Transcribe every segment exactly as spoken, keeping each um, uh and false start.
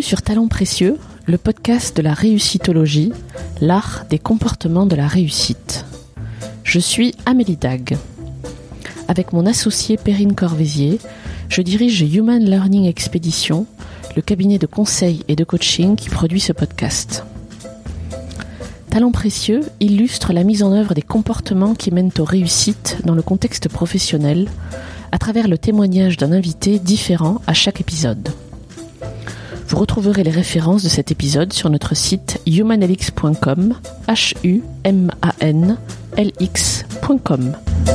sur Talents Précieux, le podcast de la réussitologie, l'art des comportements de la réussite. Je suis Amélie Dag. Avec mon associé Perrine Corvézier, je dirige Human Learning Expedition, le cabinet de conseil et de coaching qui produit ce podcast. Talents Précieux illustre la mise en œuvre des comportements qui mènent aux réussites dans le contexte professionnel, à travers le témoignage d'un invité différent à chaque épisode. Vous retrouverez les références de cet épisode sur notre site humanlx point com, H U M A N L X point com.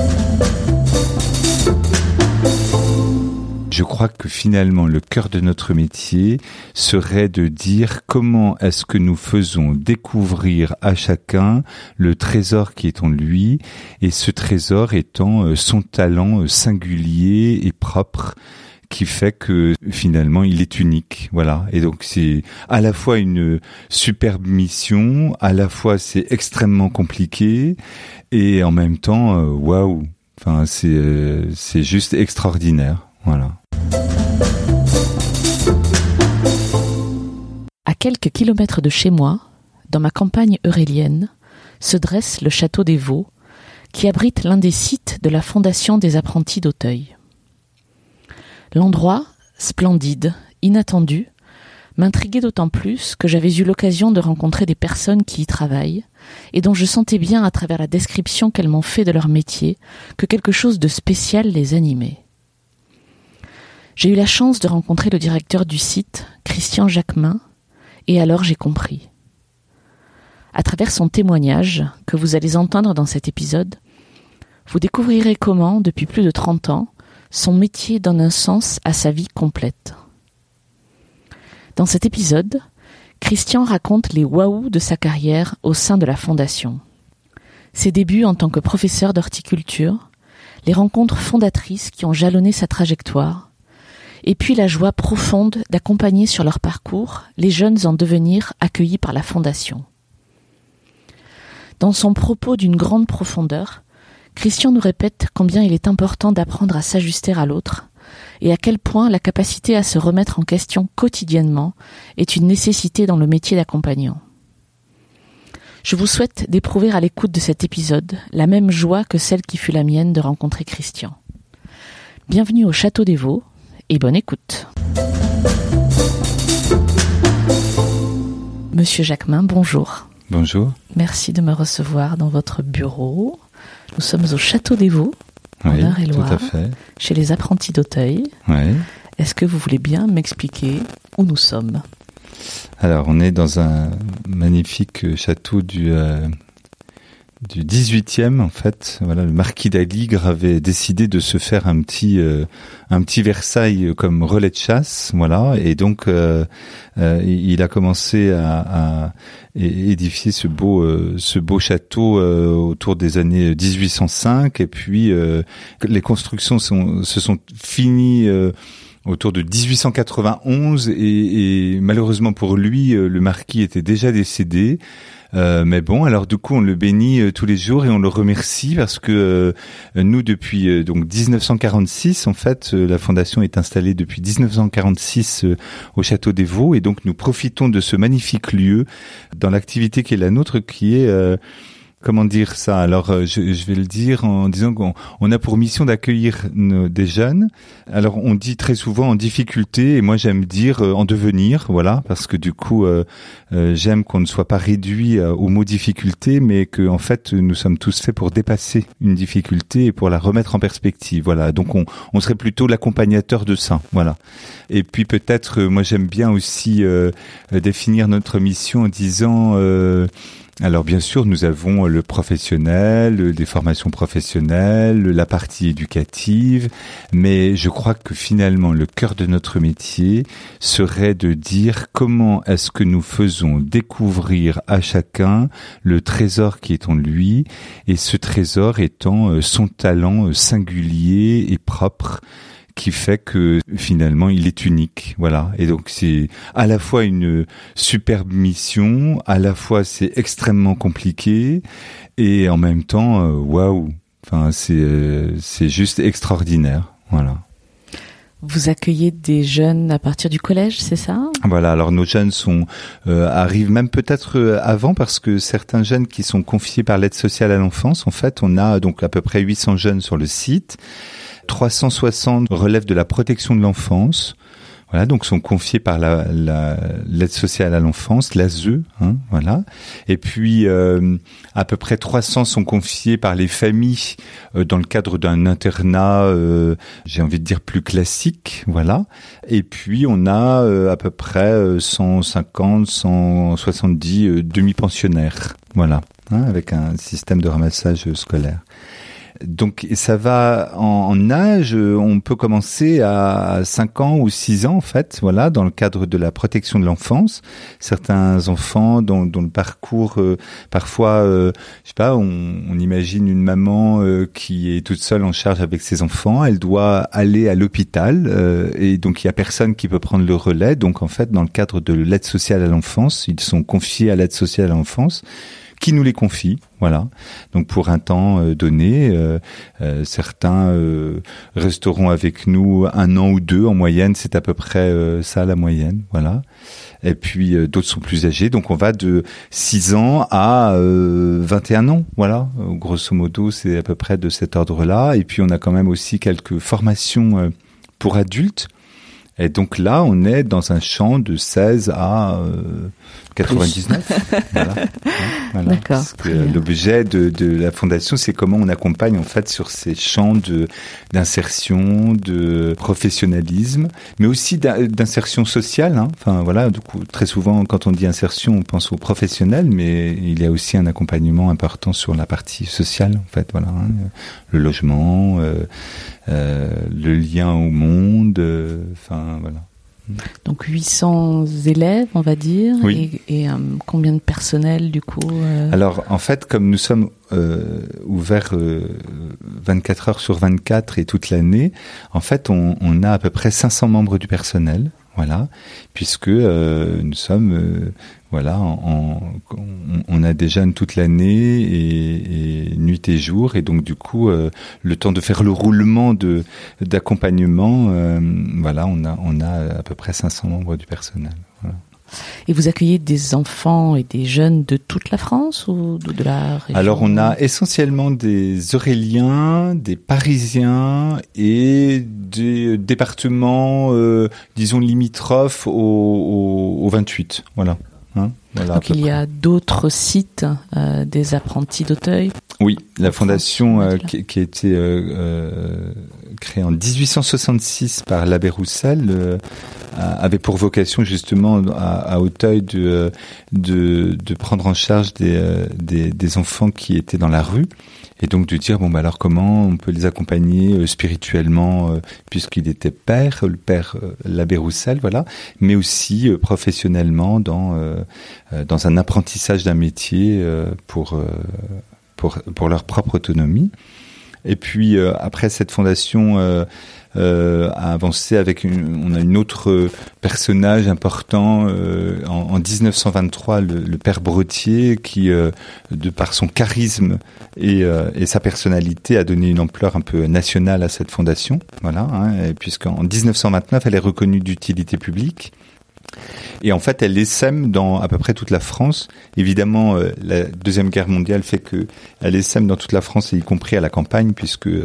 Je crois que finalement, le cœur de notre métier serait de dire comment est-ce que nous faisons découvrir à chacun le trésor qui est en lui, et ce trésor étant son talent singulier et propre, qui fait que finalement il est unique, voilà. Et donc c'est à la fois une superbe mission, à la fois c'est extrêmement compliqué, et en même temps, waouh, enfin c'est c'est juste extraordinaire, voilà. À quelques kilomètres de chez moi, dans ma campagne eurélienne, se dresse le château des Vaux, qui abrite l'un des sites de la Fondation des apprentis d'Auteuil. L'endroit, splendide, inattendu, m'intriguait d'autant plus que j'avais eu l'occasion de rencontrer des personnes qui y travaillent et dont je sentais bien à travers la description qu'elles m'ont fait de leur métier que quelque chose de spécial les animait. J'ai eu la chance de rencontrer le directeur du site, Christian Jacquemin, et alors j'ai compris. À travers son témoignage, que vous allez entendre dans cet épisode, vous découvrirez comment, depuis plus de trente ans, son métier donne un sens à sa vie complète. Dans cet épisode, Christian raconte les waouh de sa carrière au sein de la Fondation. Ses débuts en tant que professeur d'horticulture, les rencontres fondatrices qui ont jalonné sa trajectoire, et puis la joie profonde d'accompagner sur leur parcours les jeunes en devenir accueillis par la Fondation. Dans son propos d'une grande profondeur, Christian nous répète combien il est important d'apprendre à s'ajuster à l'autre et à quel point la capacité à se remettre en question quotidiennement est une nécessité dans le métier d'accompagnant. Je vous souhaite d'éprouver à l'écoute de cet épisode la même joie que celle qui fut la mienne de rencontrer Christian. Bienvenue au Château des Vaux et bonne écoute. Monsieur Jacquemin, bonjour. Bonjour. Merci de me recevoir dans votre bureau. Nous sommes au Château des Vaux, en oui, Eure-et-Loir, tout à fait. Chez les apprentis d'Auteuil. Oui. Est-ce que vous voulez bien m'expliquer où nous sommes ? Alors, on est dans un magnifique château du, euh, du dix-huitième, en fait. Voilà, le marquis d'Aligre avait décidé de se faire un petit, euh, un petit Versailles comme relais de chasse, voilà. Et donc, euh, euh, il a commencé à, à édifier ce beau, euh, ce beau château euh, autour des années dix-huit cent cinq. Et puis, euh, les constructions sont, se sont finies euh, autour de dix-huit cent quatre-vingt-onze. Et, et malheureusement pour lui, le marquis était déjà décédé. Euh, mais bon, alors du coup, on le bénit euh, tous les jours et on le remercie parce que euh, nous, depuis euh, donc dix-neuf cent quarante-six, en fait, euh, la fondation est installée depuis dix-neuf cent quarante-six euh, au Château des Vaux, et donc nous profitons de ce magnifique lieu dans l'activité qui est la nôtre, qui est euh, comment dire ça ? Alors, je, je vais le dire en disant qu'on on a pour mission d'accueillir nos, des jeunes. Alors, on dit très souvent en difficulté, et moi j'aime dire euh, en devenir, voilà, parce que du coup, euh, euh, j'aime qu'on ne soit pas réduit euh, au mot difficulté, mais que en fait, nous sommes tous faits pour dépasser une difficulté et pour la remettre en perspective. Voilà, donc on, on serait plutôt l'accompagnateur de ça, voilà. Et puis peut-être, euh, moi j'aime bien aussi euh, définir notre mission en disant. Euh, Alors bien sûr, nous avons le professionnel, des formations professionnelles, la partie éducative, mais je crois que finalement le cœur de notre métier serait de dire comment est-ce que nous faisons découvrir à chacun le trésor qui est en lui, et ce trésor étant son talent singulier et propre, qui fait que finalement il est unique, voilà. Et donc c'est à la fois une superbe mission, à la fois c'est extrêmement compliqué, et en même temps waouh, enfin c'est euh, c'est juste extraordinaire, voilà. Vous accueillez des jeunes à partir du collège, c'est ça ? Voilà, alors nos jeunes sont euh, arrivent même peut-être euh, avant, parce que certains jeunes qui sont confiés par l'aide sociale à l'enfance, en fait, on a donc à peu près huit cents jeunes sur le site. trois cent soixante relèvent de la protection de l'enfance. Voilà, donc sont confiés par la, la l'aide sociale à l'enfance, l'A S E, hein, voilà. Et puis euh, à peu près trois cents sont confiés par les familles euh, dans le cadre d'un internat, euh, j'ai envie de dire plus classique, voilà. Et puis on a euh, à peu près cent cinquante, cent soixante-dix euh, demi-pensionnaires, voilà, hein, avec un système de ramassage scolaire. Donc ça va en, en âge, on peut commencer à cinq ans ou six ans en fait, voilà, dans le cadre de la protection de l'enfance. Certains enfants dont, dont le parcours, euh, parfois, euh, je sais pas, on, on imagine une maman euh, qui est toute seule en charge avec ses enfants, elle doit aller à l'hôpital euh, et donc il y a personne qui peut prendre le relais. Donc en fait, dans le cadre de l'aide sociale à l'enfance, ils sont confiés à l'aide sociale à l'enfance, qui nous les confie, voilà. Donc pour un temps euh, donné, euh, euh, certains euh, resteront avec nous un an ou deux en moyenne, c'est à peu près euh, ça la moyenne, voilà. Et puis euh, d'autres sont plus âgés, donc on va de six ans à euh, vingt et un ans, voilà. Euh, grosso modo, c'est à peu près de cet ordre-là. Et puis on a quand même aussi quelques formations euh, pour adultes. Et donc là, on est dans un champ de seize à euh, quatre-vingt-dix-neuf. Voilà. Voilà. D'accord. Parce que l'objet de, de la fondation, c'est comment on accompagne en fait sur ces champs de d'insertion, de professionnalisme, mais aussi d'insertion sociale. Hein. Enfin voilà. Du coup, très souvent, quand on dit insertion, on pense aux professionnels, mais il y a aussi un accompagnement important sur la partie sociale. En fait, voilà, hein. Le logement, euh, euh, le lien au monde. Enfin euh, voilà. Donc huit cents élèves, on va dire, oui. et, et euh, combien de personnel du coup euh... Alors en fait, comme nous sommes euh, ouverts euh, vingt-quatre heures sur vingt-quatre et toute l'année, en fait, on, on a à peu près cinq cents membres du personnel, voilà, puisque euh, nous sommes, euh, voilà, en, en, on a des jeunes toute l'année et, et nuit et jour, et donc du coup, euh, le temps de faire le roulement de d'accompagnement, euh, voilà, on a on a à peu près cinq cents membres du personnel. Voilà. Et vous accueillez des enfants et des jeunes de toute la France ou de, de la région ? Alors on a essentiellement des Auréliens, des Parisiens et des départements, euh, disons limitrophes au, au, au vingt-huit. Voilà. Hein, voilà. Donc il y a d'autres sites euh, des apprentis d'Auteuil ? Oui, la fondation euh, qui, qui a été euh, euh, créée en dix-huit cent soixante-six par l'abbé Roussel euh, avait pour vocation justement à, à Auteuil de, de de prendre en charge des, des des enfants qui étaient dans la rue, et donc de dire bon bah alors comment on peut les accompagner euh, spirituellement euh, puisqu'il était père, le père euh, l'abbé Roussel, voilà, mais aussi euh, professionnellement dans euh, dans un apprentissage d'un métier euh, pour euh, pour pour leur propre autonomie. Et puis euh, après cette fondation euh, euh, a avancé avec une, on a une autre euh, personnage important euh, en, en dix-neuf cent vingt-trois, le, le père Brottier, qui euh, de par son charisme et, euh, et sa personnalité a donné une ampleur un peu nationale à cette fondation, voilà, hein, puisqu'en dix-neuf cent vingt-neuf elle est reconnue d'utilité publique. Et en fait, elle essaime dans à peu près toute la France. Évidemment, euh, la Deuxième Guerre mondiale fait que elle essaime dans toute la France, et y compris à la campagne, puisque euh,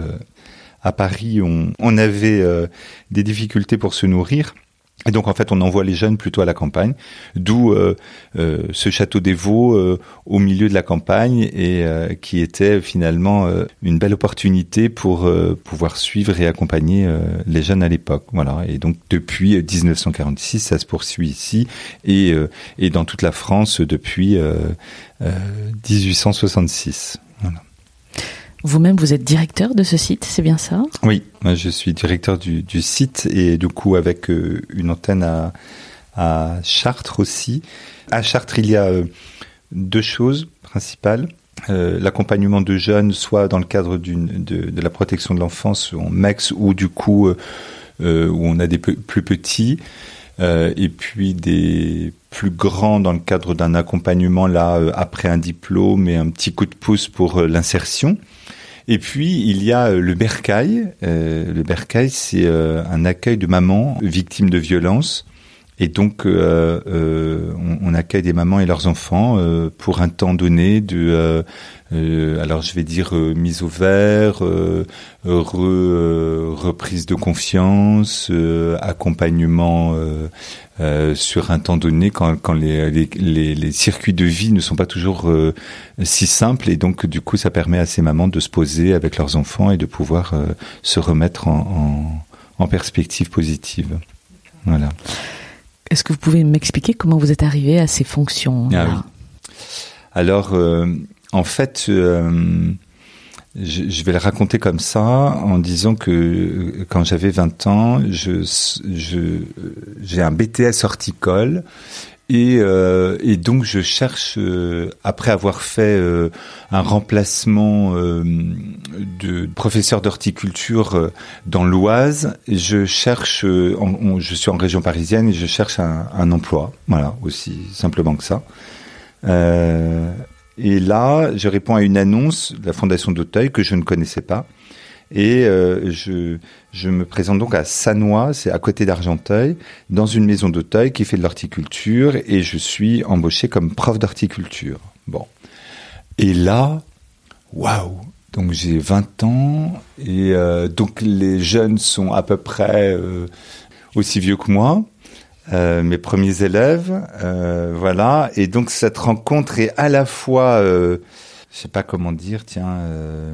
à Paris, on, on avait euh, des difficultés pour se nourrir. Et donc, en fait, on envoie les jeunes plutôt à la campagne, d'où euh, euh, ce château des Vaux euh, au milieu de la campagne, et euh, qui était finalement euh, une belle opportunité pour euh, pouvoir suivre et accompagner euh, les jeunes à l'époque. Voilà. Et donc, depuis dix-neuf cent quarante-six, ça se poursuit ici et, euh, et dans toute la France depuis euh, euh, dix-huit cent soixante-six. Voilà. Vous-même, vous êtes directeur de ce site, c'est bien ça ? Oui, moi je suis directeur du, du site, et du coup avec euh, une antenne à, à Chartres aussi. À Chartres, il y a euh, deux choses principales. Euh, l'accompagnement de jeunes, soit dans le cadre d'une, de, de la protection de l'enfance en M E X, ou du coup euh, où on a des pe- plus petits, euh, et puis des plus grands dans le cadre d'un accompagnement là euh, après un diplôme et un petit coup de pouce pour euh, l'insertion. Et puis, il y a le bercail. Euh, le bercail, c'est euh, un accueil de mamans victimes de violences. Et donc, euh, euh, on, on accueille des mamans et leurs enfants euh, pour un temps donné de, euh, euh, alors je vais dire euh, mise au vert, euh, re, euh, reprise de confiance, euh, accompagnement euh, euh, sur un temps donné quand, quand les, les, les, les circuits de vie ne sont pas toujours euh, si simples. Et donc, du coup, ça permet à ces mamans de se poser avec leurs enfants et de pouvoir euh, se remettre en, en, en perspective positive. Voilà. Est-ce que vous pouvez m'expliquer comment vous êtes arrivé à ces fonctions? Ah oui. Alors, euh, en fait, euh, je, je vais le raconter comme ça, en disant que quand j'avais vingt ans, je, je, j'ai un B T S horticole. Et, euh, et donc je cherche, euh, après avoir fait euh, un remplacement euh, de professeur d'horticulture euh, dans l'Oise, je cherche, euh, en, on, je suis en région parisienne et je cherche un, un emploi, voilà, aussi simplement que ça. Euh, et là, je réponds à une annonce de la Fondation d'Auteuil que je ne connaissais pas. Et euh, je, je me présente donc à Sannois, c'est à côté d'Argenteuil, dans une maison d'Auteuil qui fait de l'horticulture, et je suis embauché comme prof d'horticulture. Bon. Et là, waouh! Donc j'ai vingt ans, et euh, donc les jeunes sont à peu près euh, aussi vieux que moi, euh, mes premiers élèves, euh, voilà. Et donc cette rencontre est à la fois, euh, je sais pas comment dire, tiens... Euh,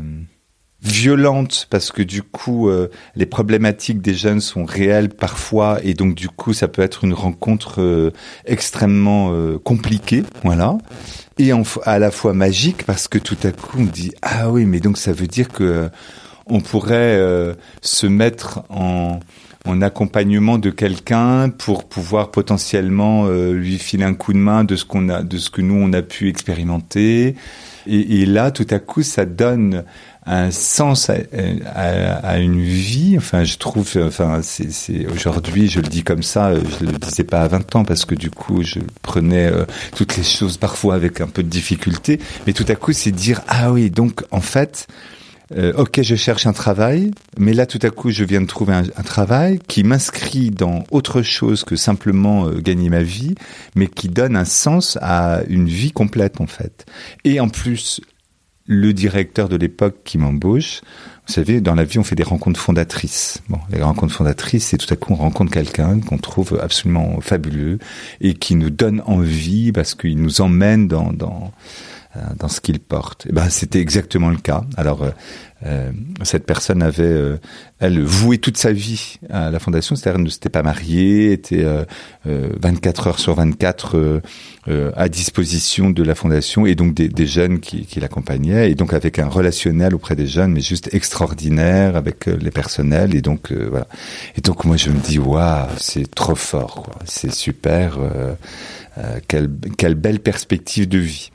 violente, parce que du coup euh, les problématiques des jeunes sont réelles parfois, et donc du coup ça peut être une rencontre euh, extrêmement euh, compliquée, voilà, et en, à la fois magique, parce que tout à coup on dit ah oui, mais donc ça veut dire que euh, on pourrait euh, se mettre en en accompagnement de quelqu'un pour pouvoir potentiellement euh, lui filer un coup de main de ce qu'on a, de ce que nous on a pu expérimenter, et, et là tout à coup ça donne un sens à, à, à une vie. Enfin, je trouve, enfin, c'est, c'est aujourd'hui, je le dis comme ça, je le disais pas à vingt ans parce que du coup, je prenais euh, toutes les choses parfois avec un peu de difficulté. Mais tout à coup, c'est dire ah oui, donc en fait, euh, ok, je cherche un travail, mais là, tout à coup, je viens de trouver un, un travail qui m'inscrit dans autre chose que simplement euh, gagner ma vie, mais qui donne un sens à une vie complète en fait. Et en plus, le directeur de l'époque qui m'embauche, vous savez, dans la vie, on fait des rencontres fondatrices. Bon, les rencontres fondatrices, c'est tout à coup, on rencontre quelqu'un qu'on trouve absolument fabuleux et qui nous donne envie parce qu'il nous emmène dans, dans, dans ce qu'il porte. Et ben, c'était exactement le cas. Alors, euh, cette personne avait, euh, elle, voué toute sa vie à la fondation, c'est-à-dire elle ne s'était pas mariée, était euh, euh, vingt-quatre heures sur vingt-quatre euh, euh, à disposition de la fondation, et donc des, des jeunes qui, qui l'accompagnaient, et donc avec un relationnel auprès des jeunes, mais juste extraordinaire avec euh, les personnels, et donc euh, voilà. Et donc moi je me dis waouh, c'est trop fort, quoi. C'est super, euh, euh, quelle, quelle belle perspective de vie.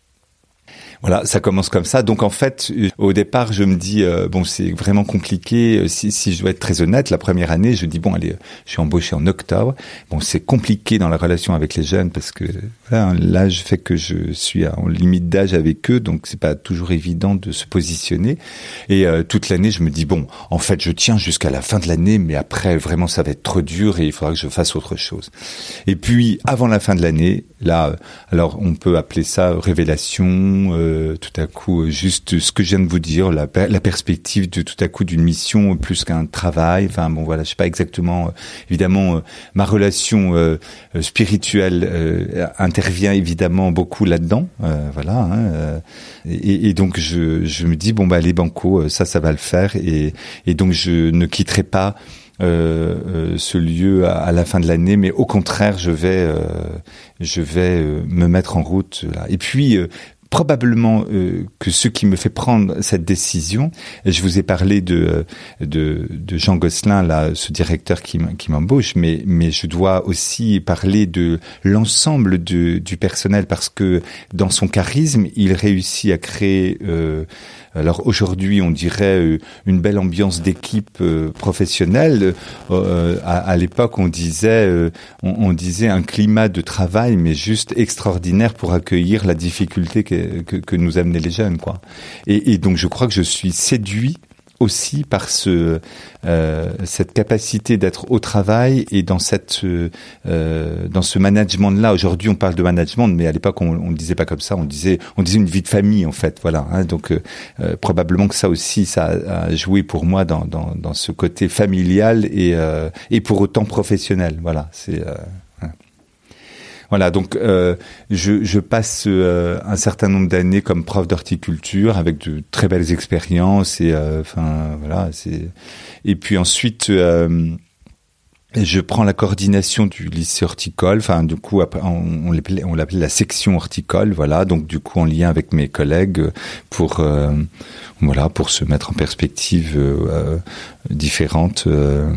Voilà, ça commence comme ça. Donc en fait, au départ, je me dis euh, bon, c'est vraiment compliqué. Si, si je dois être très honnête, la première année, je dis bon, allez, je suis embauché en octobre. Bon, c'est compliqué dans la relation avec les jeunes parce que voilà, l'âge fait que je suis en limite d'âge avec eux, donc c'est pas toujours évident de se positionner. Et euh, toute l'année, je me dis bon, en fait, je tiens jusqu'à la fin de l'année, mais après, vraiment, ça va être trop dur et il faudra que je fasse autre chose. Et puis, avant la fin de l'année, là, alors on peut appeler ça révélation. Euh, Euh, tout à coup, juste ce que je viens de vous dire, la, la perspective de tout à coup d'une mission plus qu'un travail. Enfin bon, voilà, je sais pas exactement. Euh, évidemment, euh, ma relation euh, spirituelle euh, intervient évidemment beaucoup là-dedans. Euh, voilà. Hein, euh, et, et donc je, je me dis bon bah les banco, ça, ça va le faire. Et, et donc je ne quitterai pas Euh, euh, ce lieu à, à la fin de l'année, mais au contraire, je vais, euh, je vais euh, me mettre en route là. Et puis euh, probablement euh, que ce qui me fait prendre cette décision, et je vous ai parlé de de, de Jean Gosselin, là, ce directeur qui, qui m'embauche, mais mais je dois aussi parler de l'ensemble de, du personnel, parce que dans son charisme, il réussit à créer. Euh, Alors aujourd'hui, on dirait une belle ambiance d'équipe euh, professionnelle. Euh, à, à l'époque, on disait, euh, on, on disait un climat de travail, mais juste extraordinaire pour accueillir la difficulté que, les, que, que nous amenaient les jeunes, quoi. Et, et donc je crois que je suis séduit aussi par ce euh, cette capacité d'être au travail et dans cette euh, dans ce management là. Aujourd'hui on parle de management, mais à l'époque on on le disait pas comme ça, on disait on disait une vie de famille en fait, voilà, hein. Donc euh, probablement que ça aussi ça a joué pour moi dans dans dans ce côté familial et euh, et pour autant professionnel, voilà, c'est euh, Voilà, donc euh, je, je passe euh, un certain nombre d'années comme prof d'horticulture avec de très belles expériences et enfin euh, voilà, c'est et puis ensuite euh, je prends la coordination du lycée horticole, enfin du coup après on, on l'appelait on l'appelait la section horticole, voilà, donc du coup en lien avec mes collègues pour euh, voilà, pour se mettre en perspective euh, différentes. Euh,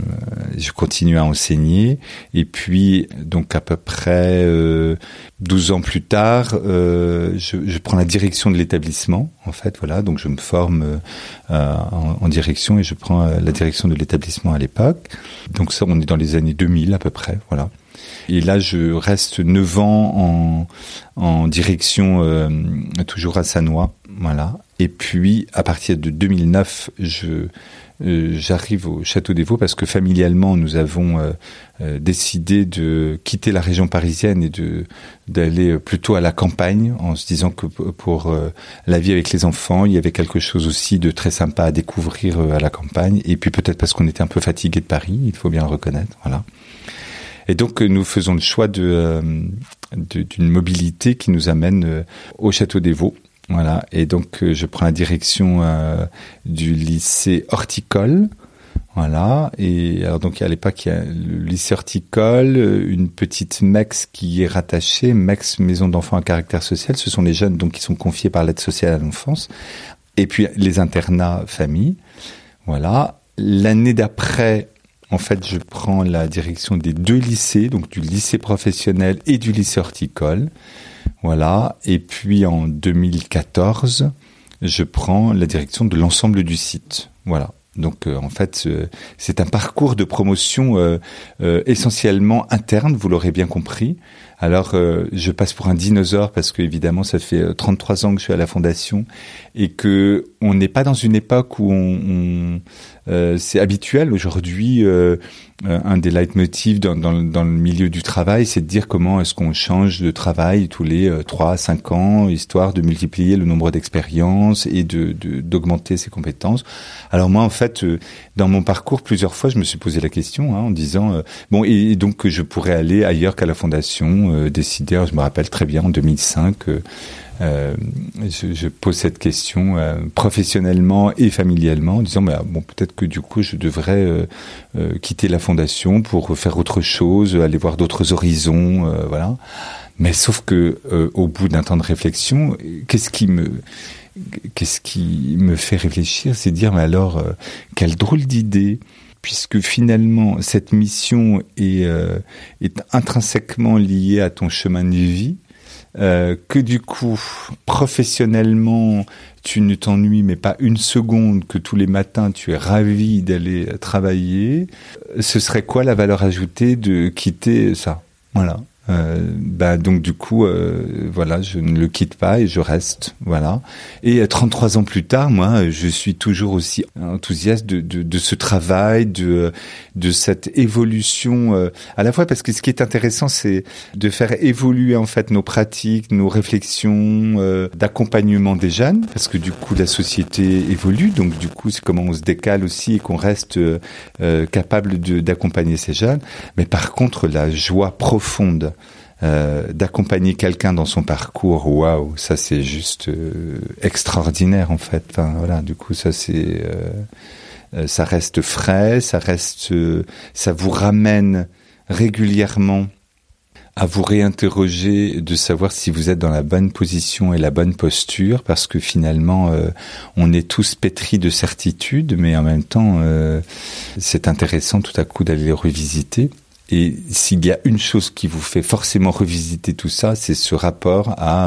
je continue à enseigner et puis donc à peu près euh, douze ans plus tard, euh, je, je prends la direction de l'établissement. En fait, voilà, donc je me forme euh, en, en direction et je prends la direction de l'établissement à l'époque. Donc ça, on est dans les années deux mille à peu près, voilà. Et là, je reste neuf ans en, en direction, euh, toujours à Sannois, voilà. Et puis, à partir de deux mille neuf, je, euh, j'arrive au Château des Vaux parce que familialement, nous avons euh, euh, décidé de quitter la région parisienne et de d'aller plutôt à la campagne, en se disant que pour euh, la vie avec les enfants, il y avait quelque chose aussi de très sympa à découvrir euh, à la campagne. Et puis peut-être parce qu'on était un peu fatigué de Paris, il faut bien le reconnaître, voilà. Et donc, nous faisons le choix de, euh, de d'une mobilité qui nous amène euh, au Château des Vaux. Voilà. Et donc, euh, je prends la direction euh, du lycée horticole. Voilà. Et alors, donc, à l'époque, il y a le lycée horticole, une petite M E X qui est rattachée, M E X, Maison d'enfants à caractère social. Ce sont les jeunes donc qui sont confiés par l'aide sociale à l'enfance. Et puis, les internats famille. Voilà. L'année d'après, en fait, je prends la direction des deux lycées, donc du lycée professionnel et du lycée horticole. Voilà. Et puis, en deux mille quatorze, je prends la direction de l'ensemble du site. Voilà. Donc, euh, en fait, euh, c'est un parcours de promotion euh, euh, essentiellement interne, vous l'aurez bien compris. Alors, euh, je passe pour un dinosaure parce que, évidemment, ça fait trente-trois ans que je suis à la Fondation et que on n'est pas dans une époque où on... on euh, c'est habituel aujourd'hui. Euh, un des leitmotifs dans, dans, dans le milieu du travail, c'est de dire comment est-ce qu'on change de travail tous les euh, trois à cinq ans, histoire de multiplier le nombre d'expériences et de, de d'augmenter ses compétences. Alors moi, en fait, euh, dans mon parcours, plusieurs fois, je me suis posé la question, hein, en disant euh, bon, et, et donc que je pourrais aller ailleurs qu'à la Fondation, euh, décider. Alors, je me rappelle très bien en deux mille cinq. Euh, Euh, je, je pose cette question euh, professionnellement et familialement, en disant bah, bon, peut-être que du coup je devrais euh, euh, quitter la Fondation pour faire autre chose, aller voir d'autres horizons, euh, voilà. Mais sauf que euh, au bout d'un temps de réflexion, qu'est-ce qui me qu'est-ce qui me fait réfléchir, c'est de dire mais alors euh, quelle drôle d'idée. Puisque finalement cette mission est, euh, est intrinsèquement liée à ton chemin de vie. Euh, que du coup, professionnellement, tu ne t'ennuies mais pas une seconde, que tous les matins tu es ravi d'aller travailler, ce serait quoi la valeur ajoutée de quitter ça ? Voilà. Euh, bah donc du coup euh, voilà, je ne le quitte pas et je reste, voilà. Et trente-trois ans plus tard, moi je suis toujours aussi enthousiaste de de, de ce travail, de de cette évolution euh, à la fois, parce que ce qui est intéressant c'est de faire évoluer en fait nos pratiques, nos réflexions euh, d'accompagnement des jeunes, parce que du coup la société évolue, donc du coup c'est comment on se décale aussi et qu'on reste euh, euh, capable de d'accompagner ces jeunes. Mais par contre la joie profonde Euh, d'accompagner quelqu'un dans son parcours, waouh, ça c'est juste euh, extraordinaire en fait. Enfin voilà, du coup ça c'est, euh, euh, ça reste frais, ça reste, euh, ça vous ramène régulièrement à vous réinterroger, de savoir si vous êtes dans la bonne position et la bonne posture, parce que finalement euh, on est tous pétris de certitudes, mais en même temps euh, c'est intéressant tout à coup d'aller les revisiter. Et s'il y a une chose qui vous fait forcément revisiter tout ça, c'est ce rapport à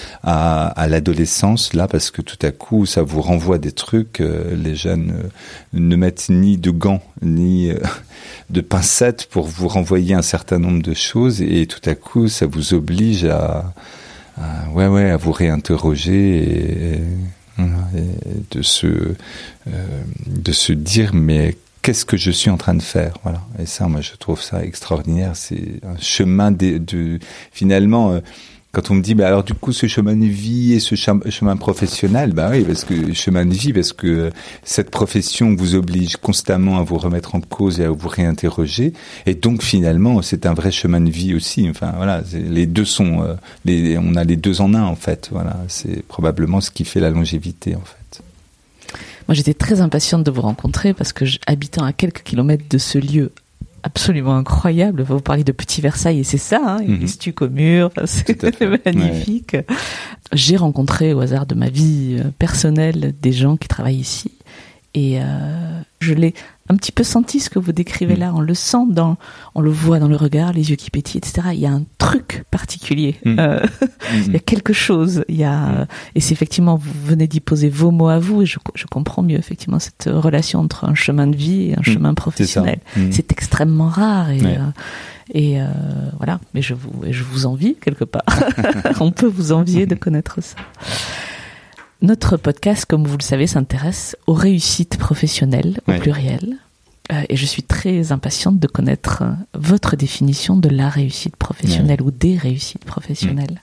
à, à l'adolescence là, parce que tout à coup ça vous renvoie des trucs. Euh, les jeunes euh, ne mettent ni de gants ni euh, de pincettes pour vous renvoyer un certain nombre de choses, et tout à coup ça vous oblige à à, ouais, ouais, à vous réinterroger et, et, et de se, euh, de se dire, mais qu'est-ce que je suis en train de faire, voilà. Et ça, moi, je trouve ça extraordinaire. C'est un chemin de, de finalement. Euh, Quand on me dit, bah alors du coup, ce chemin de vie et ce chemin professionnel, bah oui, parce que chemin de vie, parce que cette profession vous oblige constamment à vous remettre en cause et à vous réinterroger, et donc finalement, c'est un vrai chemin de vie aussi. Enfin voilà, les deux sont, euh, les, on a les deux en un en fait. Voilà, c'est probablement ce qui fait la longévité en fait. Moi, j'étais très impatiente de vous rencontrer parce que, habitant à quelques kilomètres de ce lieu absolument incroyable. Vous parlez de Petit Versailles et c'est ça, hein, une mm-hmm. stuc au mur, enfin, c'est magnifique. Ouais. J'ai rencontré au hasard de ma vie personnelle des gens qui travaillent ici et euh, je l'ai un petit peu senti ce que vous décrivez mm. là. On le sent, dans, on le voit dans le regard, les yeux qui pétillent, et cetera. Il y a un truc particulier. Mm. Euh, mm-hmm. Il y a quelque chose. Il y a, mm. et c'est effectivement, vous venez d'y poser vos mots à vous et je, je comprends mieux effectivement cette relation entre un chemin de vie et un mm. chemin professionnel. C'est, mm. c'est extrêmement rare et, ouais. euh, et euh, voilà. Mais je vous, je vous envie quelque part. On peut vous envier de connaître ça. Notre podcast, comme vous le savez, s'intéresse aux réussites professionnelles, au ouais. pluriel. Euh, et je suis très impatiente de connaître euh, votre définition de la réussite professionnelle ouais. ou des réussites professionnelles.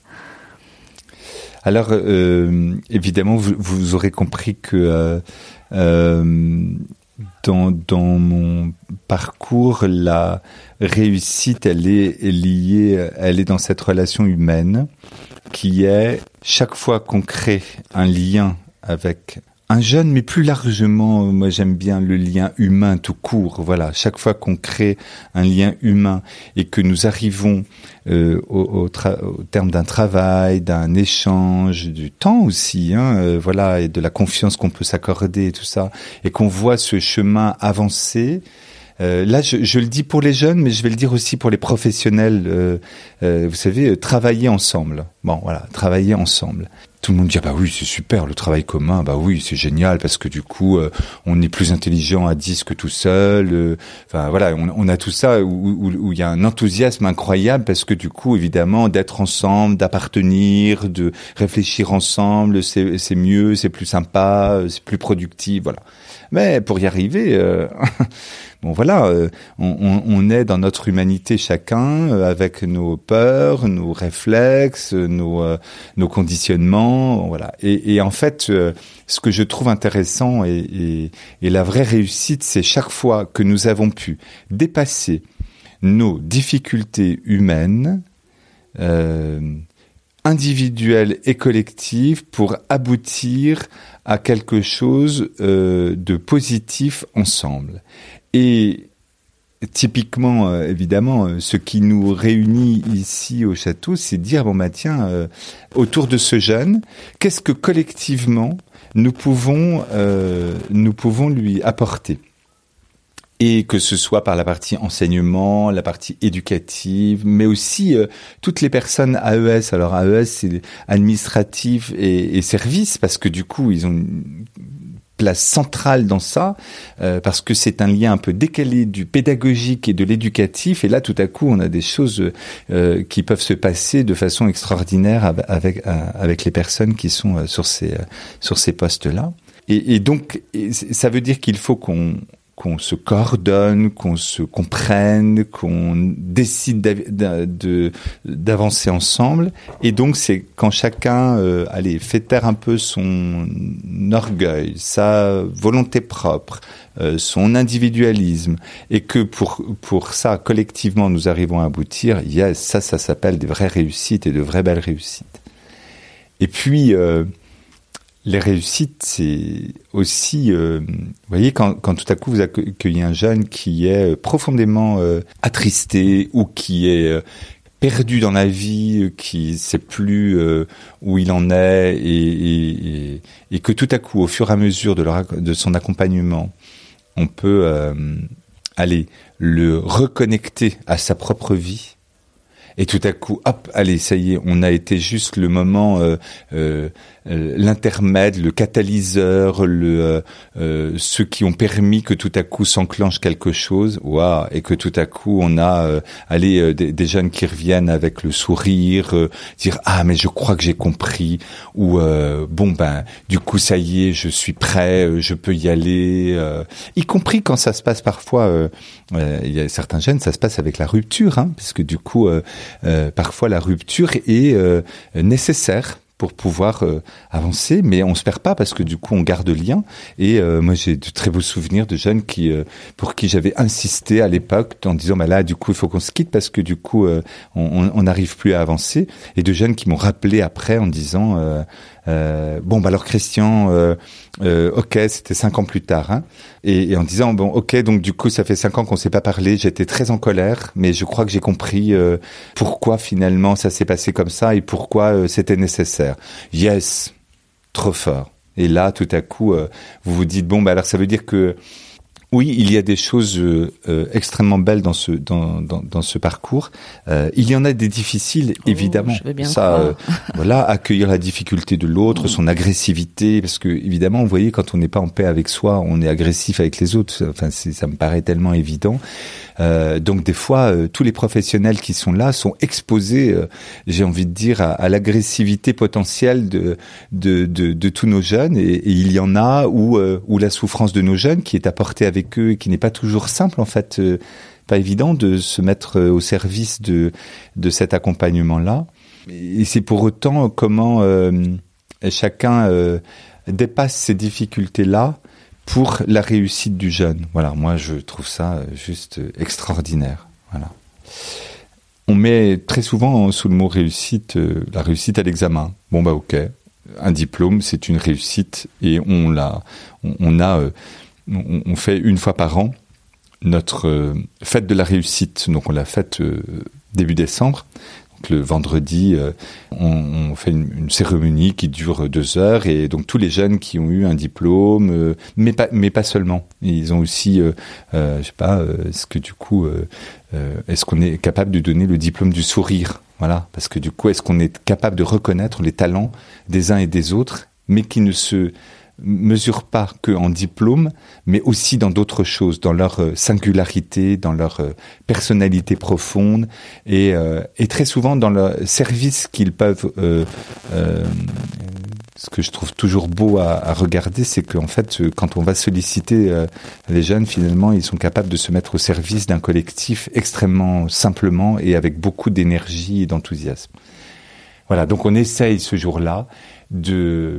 Alors, euh, évidemment, vous, vous aurez compris que euh, euh, dans, dans mon parcours, la réussite, elle est liée, elle est dans cette relation humaine qui est chaque fois qu'on crée un lien avec un jeune, mais plus largement, moi j'aime bien le lien humain tout court. Voilà, chaque fois qu'on crée un lien humain et que nous arrivons euh, au, au, tra- au terme d'un travail, d'un échange, du temps aussi, hein, euh, voilà, et de la confiance qu'on peut s'accorder et tout ça, et qu'on voit ce chemin avancer. Euh, là, je, je le dis pour les jeunes, mais je vais le dire aussi pour les professionnels. Euh, euh, vous savez, euh, travailler ensemble. Bon, voilà, travailler ensemble. Tout le monde dit ah bah oui, c'est super, le travail commun. Bah oui, c'est génial parce que du coup, euh, on est plus intelligent à dix que tout seul. Euh, enfin voilà, on, on a tout ça où, où, où il y a un enthousiasme incroyable parce que du coup, évidemment, d'être ensemble, d'appartenir, de réfléchir ensemble, c'est, c'est mieux, c'est plus sympa, c'est plus productif. Voilà. Mais pour y arriver. Euh, Bon voilà, euh, on, on, on est dans notre humanité chacun euh, avec nos peurs, nos réflexes, nos, euh, nos conditionnements, voilà. Et, et en fait, euh, ce que je trouve intéressant et, et, et la vraie réussite, c'est chaque fois que nous avons pu dépasser nos difficultés humaines, euh, individuelles et collectives, pour aboutir à quelque chose euh, de positif ensemble. Et typiquement, euh, évidemment, euh, ce qui nous réunit ici au château, c'est dire, bon bah tiens, euh, autour de ce jeune, qu'est-ce que collectivement nous pouvons, euh, nous pouvons lui apporter ? Et que ce soit par la partie enseignement, la partie éducative, mais aussi euh, toutes les personnes A E S. Alors A E S, c'est administratif et, et service, parce que du coup, ils ont une place centrale dans ça, euh, parce que c'est un lien un peu décalé du pédagogique et de l'éducatif, et là tout à coup on a des choses euh, qui peuvent se passer de façon extraordinaire avec, avec les personnes qui sont sur ces, sur ces postes-là. Et, et donc ça veut dire qu'il faut qu'on qu'on se coordonne, qu'on se comprenne, qu'on décide de, de, d'avancer ensemble. Et donc, c'est quand chacun, euh, allez, fait taire un peu son orgueil, sa volonté propre, euh, son individualisme, et que pour pour ça, collectivement, nous arrivons à aboutir, yes, ça, ça s'appelle des vraies réussites et de vraies belles réussites. Et puis... Euh, Les réussites, c'est aussi, euh, vous voyez, quand, quand tout à coup vous accueillez un jeune qui est profondément euh, attristé ou qui est euh, perdu dans la vie, qui ne sait plus euh, où il en est, et, et, et que tout à coup, au fur et à mesure de, leur, de son accompagnement, on peut euh, aller le reconnecter à sa propre vie. Et tout à coup, hop, allez, ça y est, on a été juste le moment, euh, euh, euh, l'intermède, le catalyseur, le euh, euh, ceux qui ont permis que tout à coup s'enclenche quelque chose, waouh, et que tout à coup on a, euh, allez, euh, des, des jeunes qui reviennent avec le sourire, euh, dire ah mais je crois que j'ai compris, ou euh, bon ben du coup ça y est, je suis prêt, euh, je peux y aller, euh, y compris quand ça se passe parfois, euh, euh, il y a certains jeunes, ça se passe avec la rupture, hein, parce que du coup euh, Euh, parfois la rupture est euh, nécessaire pour pouvoir euh, avancer, mais on se perd pas parce que du coup on garde le lien. Et euh, moi j'ai de très beaux souvenirs de jeunes qui, euh, pour qui j'avais insisté à l'époque en disant bah là du coup il faut qu'on se quitte parce que du coup euh, on n'arrive plus à avancer. Et de jeunes qui m'ont rappelé après en disant euh, euh, bon bah alors Christian, euh, euh, ok c'était cinq ans plus tard, hein, et, et en disant bon ok donc du coup ça fait cinq ans qu'on s'est pas parlé, j'étais très en colère, mais je crois que j'ai compris euh, pourquoi finalement ça s'est passé comme ça et pourquoi euh, c'était nécessaire. Yes, trop fort. Et là tout à coup euh, vous vous dites bon bah alors ça veut dire que oui, il y a des choses euh, euh, extrêmement belles dans ce dans dans, dans ce parcours. Euh, il y en a des difficiles, oh, évidemment. Je veux bien ça, euh, voilà, accueillir la difficulté de l'autre, mmh. son agressivité, parce que évidemment, vous voyez, quand on n'est pas en paix avec soi, on est agressif avec les autres. Enfin, c'est, ça me paraît tellement évident. Euh, donc des fois, euh, tous les professionnels qui sont là sont exposés, euh, j'ai envie de dire, à, à l'agressivité potentielle de de de, de tous nos jeunes. Et, et il y en a où euh, où la souffrance de nos jeunes qui est apportée avec eux et qui n'est pas toujours simple en fait, euh, pas évident de se mettre au service de de cet accompagnement-là. Et c'est pour autant comment euh, chacun euh, dépasse ces difficultés-là pour la réussite du jeune. Voilà, moi je trouve ça juste extraordinaire. Voilà. On met très souvent sous le mot réussite euh, la réussite à l'examen. Bon bah ok, un diplôme c'est une réussite et on l'a, on, on a euh, On, on fait une fois par an notre euh, fête de la réussite. Donc on l'a faite euh, début décembre. Donc le vendredi, euh, on, on fait une, une cérémonie qui dure deux heures et donc tous les jeunes qui ont eu un diplôme, euh, mais pas, mais pas seulement. Ils ont aussi, euh, euh, je sais pas, euh, est-ce que du coup, euh, euh, est-ce qu'on est capable de donner le diplôme du sourire, voilà, parce que du coup, est-ce qu'on est capable de reconnaître les talents des uns et des autres, mais qui ne se mesure pas que en diplôme, mais aussi dans d'autres choses, dans leur singularité, dans leur personnalité profonde, et, euh, et très souvent dans le service qu'ils peuvent. Euh, euh, ce que je trouve toujours beau à, à regarder, c'est qu'en fait, quand on va solliciter euh, les jeunes, finalement, ils sont capables de se mettre au service d'un collectif extrêmement simplement et avec beaucoup d'énergie et d'enthousiasme. Voilà, donc on essaye ce jour-là de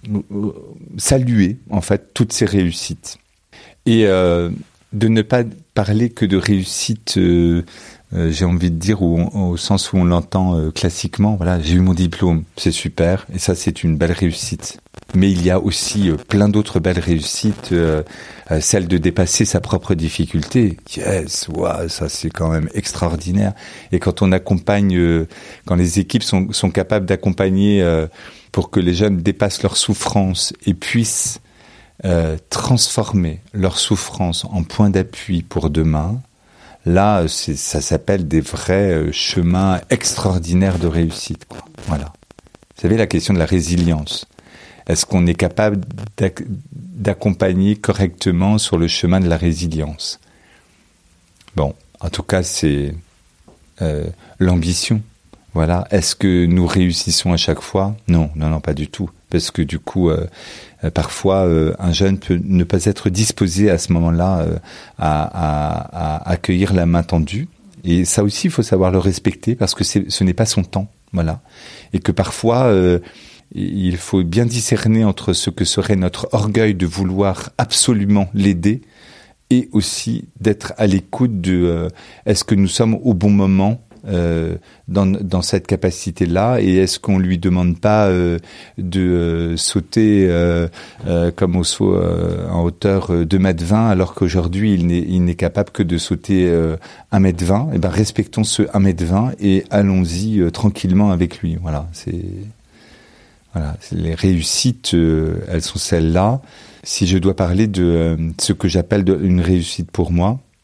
saluer en fait toutes ces réussites et euh, de ne pas parler que de réussite, euh, euh, j'ai envie de dire, où on, au sens où on l'entend euh, classiquement. Voilà, j'ai eu mon diplôme, c'est super, et ça c'est une belle réussite. Mais il y a aussi euh, plein d'autres belles réussites, euh, euh, celle de dépasser sa propre difficulté. Yes, wow, ça c'est quand même extraordinaire. Et quand on accompagne, euh, quand les équipes sont, sont capables d'accompagner euh, pour que les jeunes dépassent leur souffrance et puissent euh, transformer leur souffrance en point d'appui pour demain, là, c'est, ça s'appelle des vrais euh, chemins extraordinaires de réussite, quoi. Voilà. Vous savez, la question de la résilience. Est-ce qu'on est capable d'ac- d'accompagner correctement sur le chemin de la résilience ? Bon, en tout cas, c'est euh, l'ambition. Voilà. Est-ce que nous réussissons à chaque fois ? Non, non, non, pas du tout. Parce que du coup, euh, euh, parfois, euh, un jeune peut ne pas être disposé à ce moment-là euh, à, à, à accueillir la main tendue. Et ça aussi, il faut savoir le respecter parce que c'est, ce n'est pas son temps. Voilà. Et que parfois, euh, il faut bien discerner entre ce que serait notre orgueil de vouloir absolument l'aider et aussi d'être à l'écoute de euh, est-ce que nous sommes au bon moment Euh, dans, dans cette capacité-là, et est-ce qu'on lui demande pas euh, de euh, sauter euh, euh, comme au saut euh, en hauteur euh, deux mètres vingt alors qu'aujourd'hui il n'est, il n'est capable que de sauter euh, un mètre vingt. Et ben respectons ce un mètre vingt et allons-y euh, tranquillement avec lui. Voilà, c'est voilà, c'est les réussites, euh, elles sont celles-là. Si je dois parler de euh, ce que j'appelle de, une réussite pour moi,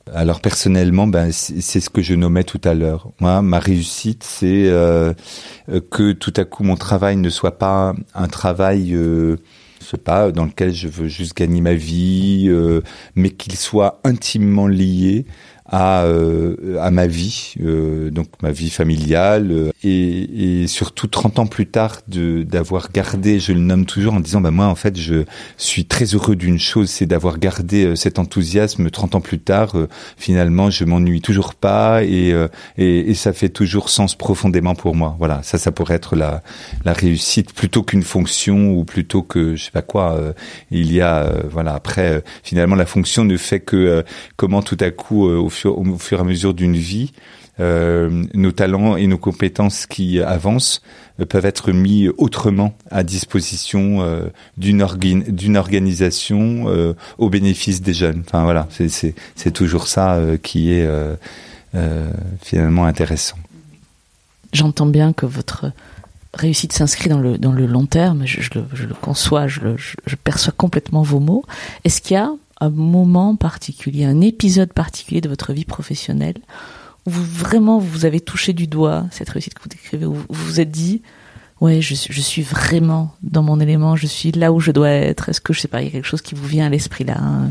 Alors personnellement, ben c'est, c'est ce que je nommais tout à l'heure. Moi, ma réussite, c'est euh, que tout à coup mon travail ne soit pas un travail, euh, je sais pas, dans lequel je veux juste gagner ma vie, euh, mais qu'il soit intimement lié à euh, à ma vie, euh, donc ma vie familiale, euh, et, et surtout trente ans plus tard de d'avoir gardé, je le nomme toujours en disant bah moi en fait je suis très heureux d'une chose, c'est d'avoir gardé euh, cet enthousiasme trente ans plus tard. Euh, finalement, je m'ennuie toujours pas et, euh, et et ça fait toujours sens profondément pour moi. Voilà, ça ça pourrait être la la réussite plutôt qu'une fonction ou plutôt que je sais pas quoi. Euh, il y a euh, voilà après euh, finalement la fonction ne fait que euh, comment tout à coup euh, au fur au fur et à mesure d'une vie, euh, nos talents et nos compétences qui avancent euh, peuvent être mis autrement à disposition euh, d'une, orga- d'une organisation euh, au bénéfice des jeunes. Enfin voilà, c'est, c'est, c'est toujours ça euh, qui est euh, euh, finalement intéressant. J'entends bien que votre réussite s'inscrit dans le, dans le long terme, je, je, le, je le conçois, je, le, je, je perçois complètement vos mots. Est-ce qu'il y a un moment particulier, un épisode particulier de votre vie professionnelle où vous, vraiment vous avez touché du doigt cette réussite que vous décrivez, où vous vous êtes dit ouais je, je suis vraiment dans mon élément, je suis là où je dois être? Est-ce que je sais pas, il y a quelque chose qui vous vient à l'esprit là hein?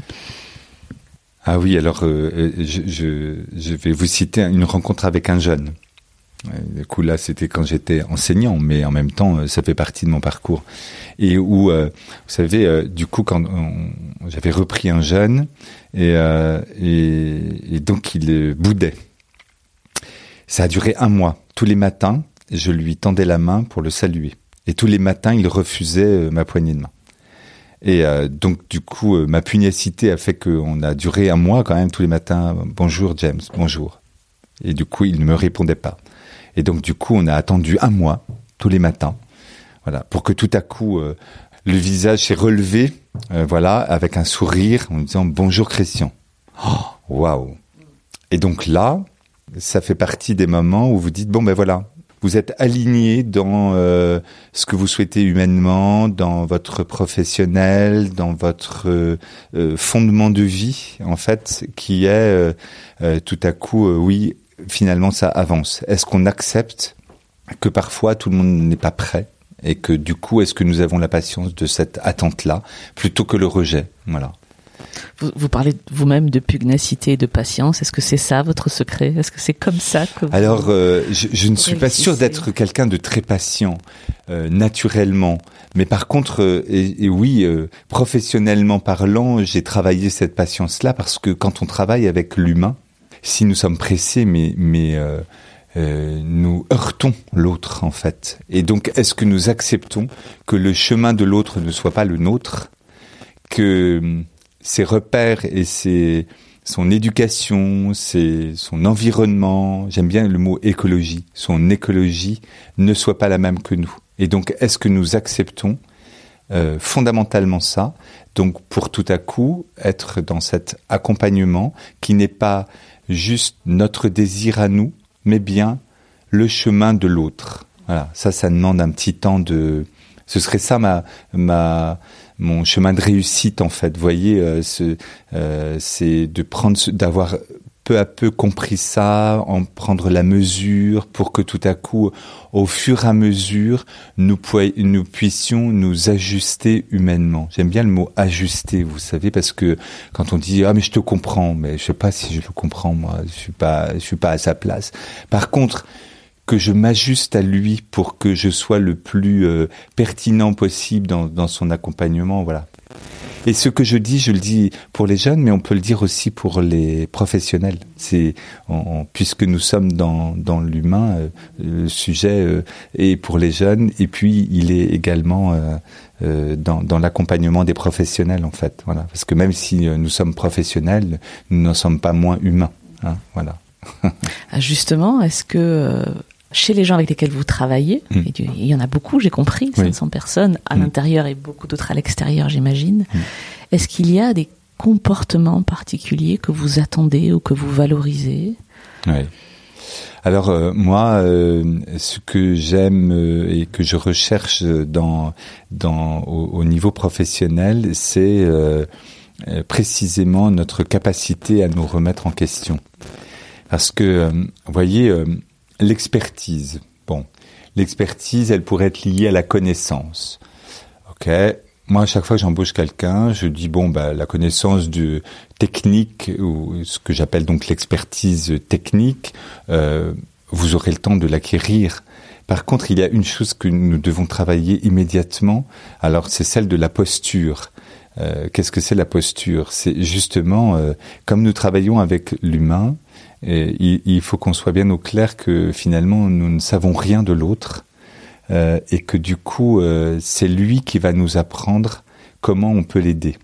Ah oui, alors euh, je, je, je vais vous citer une rencontre avec un jeune. Du coup là c'était quand j'étais enseignant, mais en même temps ça fait partie de mon parcours, et où euh, vous savez euh, du coup quand on, j'avais repris un jeune et, euh, et, et donc il euh, boudait. Ça a duré un mois. Tous les matins je lui tendais la main pour le saluer et tous les matins il refusait euh, ma poignée de main. Et euh, donc du coup euh, ma pugnacité a fait qu'on a duré un mois quand même tous les matins. Bonjour James, bonjour. Et du coup il ne me répondait pas. Et donc du coup, on a attendu un mois tous les matins, voilà, pour que tout à coup euh, le visage s'est relevé, euh, voilà, avec un sourire, en disant bonjour Christian. Waouh. Wow. Et donc là, ça fait partie des moments où vous dites bon ben voilà, vous êtes aligné dans euh, ce que vous souhaitez humainement, dans votre professionnel, dans votre euh, euh, fondement de vie en fait, qui est euh, euh, tout à coup, euh, oui. Finalement, ça avance. Est-ce qu'on accepte que parfois tout le monde n'est pas prêt et que du coup, est-ce que nous avons la patience de cette attente-là plutôt que le rejet? Voilà. Vous, vous parlez vous-même de pugnacité et de patience. Est-ce que c'est ça votre secret? Est-ce que c'est comme ça que vous... Alors, euh, je, je ne suis pas sûr d'être quelqu'un de très patient euh, naturellement. Mais par contre, euh, et, et oui, euh, professionnellement parlant, j'ai travaillé cette patience-là parce que quand on travaille avec l'humain, si nous sommes pressés, mais mais euh, euh, nous heurtons l'autre en fait. Et donc, est-ce que nous acceptons que le chemin de l'autre ne soit pas le nôtre, que ses repères et ses son éducation, ses, son environnement, j'aime bien le mot écologie, son écologie ne soit pas la même que nous. Et donc, est-ce que nous acceptons euh, fondamentalement ça? Donc, pour tout à coup être dans cet accompagnement qui n'est pas juste notre désir à nous, mais bien le chemin de l'autre. Voilà, ça, ça demande un petit temps de... Ce serait ça ma, ma, mon chemin de réussite en fait. Vous voyez, euh, ce, euh, c'est de prendre, d'avoir peu à peu compris ça, en prendre la mesure pour que tout à coup, au fur et à mesure, nous, pu- nous puissions nous ajuster humainement. J'aime bien le mot ajuster, vous savez, parce que quand on dit ah mais je te comprends, mais je sais pas si je le comprends moi, je suis pas, je suis pas à sa place. Par contre, que je m'ajuste à lui pour que je sois le plus euh, pertinent possible dans, dans son accompagnement, voilà. Et ce que je dis, je le dis pour les jeunes, mais on peut le dire aussi pour les professionnels. C'est on, puisque nous sommes dans dans l'humain, euh, le sujet euh, est pour les jeunes, et puis il est également euh, euh, dans dans l'accompagnement des professionnels en fait. Voilà, parce que même si nous sommes professionnels, nous n'en sommes pas moins humains. Hein, voilà. Ah, justement, est-ce que euh, chez les gens avec lesquels vous travaillez, mmh. et il y en a beaucoup, j'ai compris, cinq cents oui. personnes à mmh. l'intérieur et beaucoup d'autres à l'extérieur, j'imagine, mmh. est-ce qu'il y a des comportements particuliers que vous attendez ou que vous valorisez? Oui. Alors euh, moi, euh, ce que j'aime euh, et que je recherche dans dans au, au niveau professionnel, c'est euh, euh, précisément notre capacité à nous remettre en question. Parce que, euh, vous voyez, euh, l'expertise, bon, l'expertise, elle pourrait être liée à la connaissance. Ok. Moi, à chaque fois que j'embauche quelqu'un, je dis bon, bah, la connaissance de technique ou ce que j'appelle donc l'expertise technique, euh, vous aurez le temps de l'acquérir. Par contre, il y a une chose que nous devons travailler immédiatement. Alors, c'est celle de la posture. Euh, qu'est-ce que c'est la posture ? C'est justement, euh, comme nous travaillons avec l'humain, et il, il faut qu'on soit bien au clair que finalement, nous ne savons rien de l'autre. Euh, et que du coup, euh, c'est lui qui va nous apprendre comment on peut l'aider.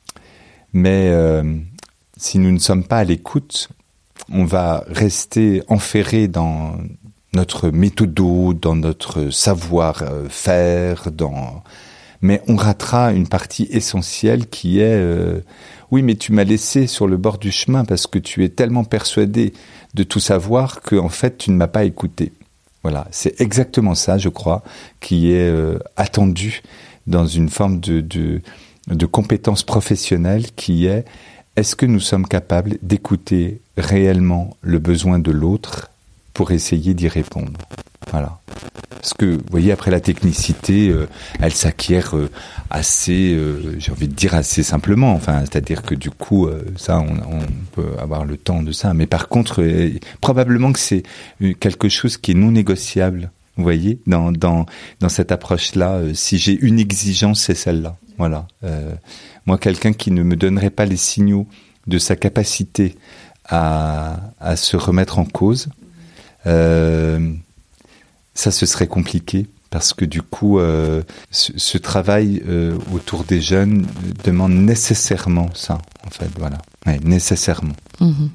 Mais euh, si nous ne sommes pas à l'écoute, on va rester enferré dans notre méthodo, dans notre savoir-faire, dans... mais on ratera une partie essentielle qui est euh, « oui, mais tu m'as laissé sur le bord du chemin parce que tu es tellement persuadé de tout savoir qu'en fait, tu ne m'as pas écouté ». Voilà, c'est exactement ça, je crois, qui est euh, attendu dans une forme de, de, de compétence professionnelle qui est est-ce que nous sommes capables d'écouter réellement le besoin de l'autre pour essayer d'y répondre. Voilà. Parce que, vous voyez, après la technicité, euh, elle s'acquiert euh, assez, euh, j'ai envie de dire assez simplement. Enfin, c'est-à-dire que du coup, euh, ça, on, on peut avoir le temps de ça. Mais par contre, euh, probablement que c'est quelque chose qui est non négociable. Vous voyez, dans dans dans cette approche-là, euh, si j'ai une exigence, c'est celle-là. Voilà. Euh, moi, quelqu'un qui ne me donnerait pas les signaux de sa capacité à à se remettre en cause. Euh, ça, ce serait compliqué parce que du coup, euh, ce, ce travail euh, autour des jeunes demande nécessairement ça, en fait, voilà, ouais, nécessairement. Mmh.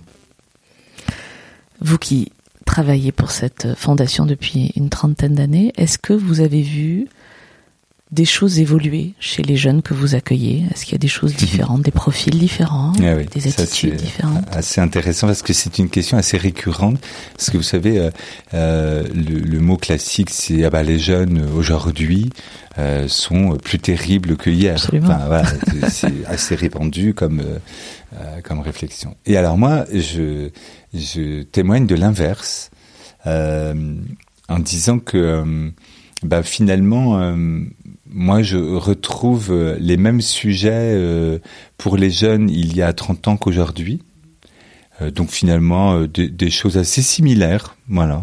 Vous qui travaillez pour cette fondation depuis une trentaine d'années, est-ce que vous avez vu des choses évoluer chez les jeunes que vous accueillez ? Est-ce qu'il y a des choses différentes, des profils différents, ah oui, des attitudes différentes ? Assez intéressant parce que c'est une question assez récurrente. Parce que vous savez, euh, euh, le, le mot classique, c'est ah bah les jeunes aujourd'hui euh, sont plus terribles que hier. Absolument. Enfin, voilà, c'est assez répandu comme euh, comme réflexion. Et alors moi, je je témoigne de l'inverse euh, en disant que euh, bah finalement. Euh, Moi, je retrouve les mêmes sujets euh, pour les jeunes il y a trente ans qu'aujourd'hui. Euh, donc finalement, euh, des, des choses assez similaires, voilà.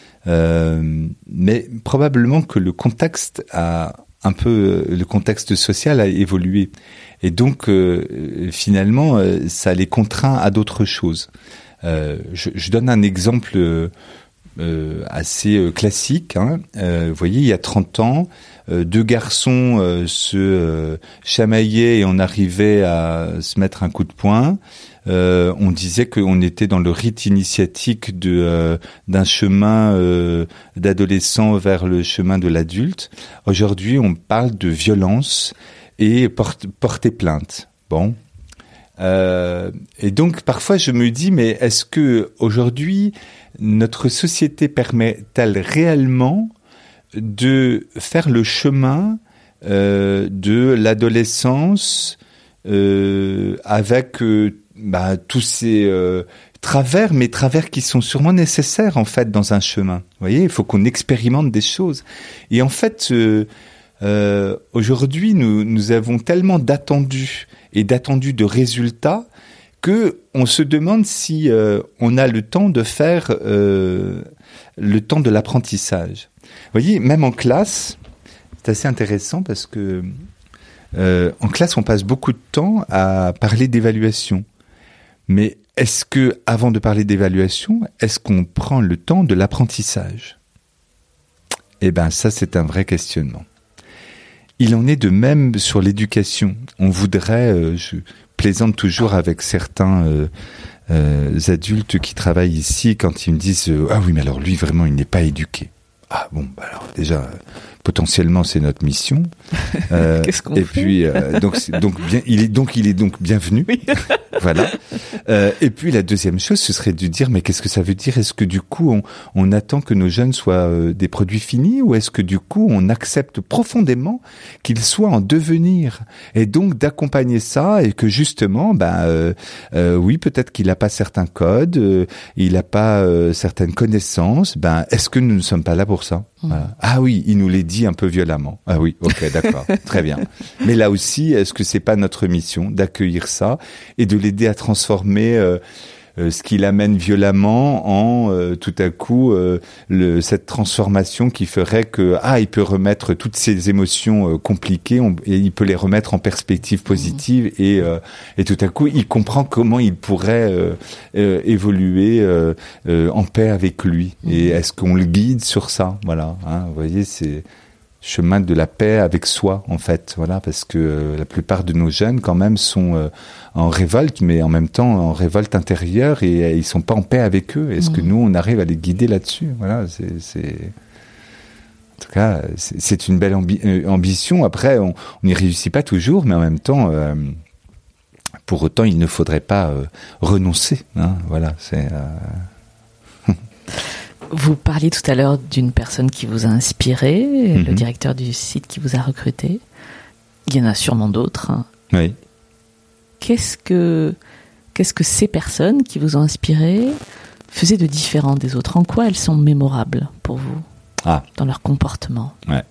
Euh, mais probablement que le contexte a un peu, le contexte social a évolué. Et donc, euh, finalement, euh, ça les contraint à d'autres choses. Euh, je, je donne un exemple euh, euh, assez euh, classique. Hein. Euh, vous voyez, il y a trente ans, euh, deux garçons euh, se euh, chamaillaient et on arrivait à se mettre un coup de poing. Euh, on disait qu'on était dans le rite initiatique de euh, d'un chemin euh, d'adolescent vers le chemin de l'adulte. Aujourd'hui, on parle de violence et porte, porter plainte. Bon. Euh, et donc parfois je me dis mais est-ce que aujourd'hui notre société permet-elle réellement de faire le chemin euh, de l'adolescence euh, avec euh, bah, tous ces euh, travers, mais travers qui sont sûrement nécessaires en fait dans un chemin. Vous voyez, il faut qu'on expérimente des choses. Et en fait, euh, euh, aujourd'hui, nous, nous avons tellement d'attendus et d'attendus de résultats que on se demande si euh, on a le temps de faire euh, le temps de l'apprentissage. Vous voyez, même en classe, c'est assez intéressant parce que euh, en classe, on passe beaucoup de temps à parler d'évaluation. Mais est-ce que, avant de parler d'évaluation, est-ce qu'on prend le temps de l'apprentissage ? Eh ben, ça, c'est un vrai questionnement. Il en est de même sur l'éducation. On voudrait, euh, je plaisante toujours avec certains euh, euh, adultes qui travaillent ici quand ils me disent euh, « Ah oui, mais alors lui, vraiment, il n'est pas éduqué. » Ah bon, bah alors déjà, potentiellement c'est notre mission. Euh, Qu'est-ce qu'on et fait puis euh, donc c'est, donc bien il est donc il est donc bienvenu. Oui. Voilà. Euh, et puis la deuxième chose, ce serait de dire mais qu'est-ce que ça veut dire? Est-ce que du coup on on attend que nos jeunes soient euh, des produits finis, ou est-ce que du coup on accepte profondément qu'ils soient en devenir, et donc d'accompagner ça, et que justement ben euh, euh, oui, peut-être qu'il n'a pas certains codes, euh, il n'a pas euh, certaines connaissances, ben est-ce que nous ne sommes pas là pour ça? Mmh. Voilà. Ah oui, il nous les dit un peu violemment. Ah oui, ok, d'accord, très bien. Mais là aussi, est-ce que c'est pas notre mission d'accueillir ça et de l'aider à transformer euh, euh, ce qu'il amène violemment en euh, tout à coup euh, le, cette transformation qui ferait que ah il peut remettre toutes ces émotions euh, compliquées on, et il peut les remettre en perspective positive. Mmh. et euh, et tout à coup il comprend comment il pourrait euh, euh, évoluer euh, euh, en paix avec lui. Mmh. Et est-ce qu'on le guide sur ça? Voilà, hein, vous voyez, c'est chemin de la paix avec soi, en fait, voilà, parce que euh, la plupart de nos jeunes, quand même, sont euh, en révolte, mais en même temps en révolte intérieure, et euh, ils sont pas en paix avec eux. Est-ce mmh. que nous, on arrive à les guider là-dessus? Voilà, c'est, c'est... En tout cas, c'est, c'est une belle ambi- euh, ambition. Après, on n'y réussit pas toujours, mais en même temps, euh, pour autant, il ne faudrait pas euh, renoncer. Hein, voilà, c'est... Euh... Vous parliez tout à l'heure d'une personne qui vous a inspiré, mm-hmm. le directeur du site qui vous a recruté. Il y en a sûrement d'autres. Hein. Oui. Qu'est-ce que, qu'est-ce que ces personnes qui vous ont inspiré faisaient de différent des autres? En quoi elles sont mémorables pour vous ah. dans leur comportement? Ouais.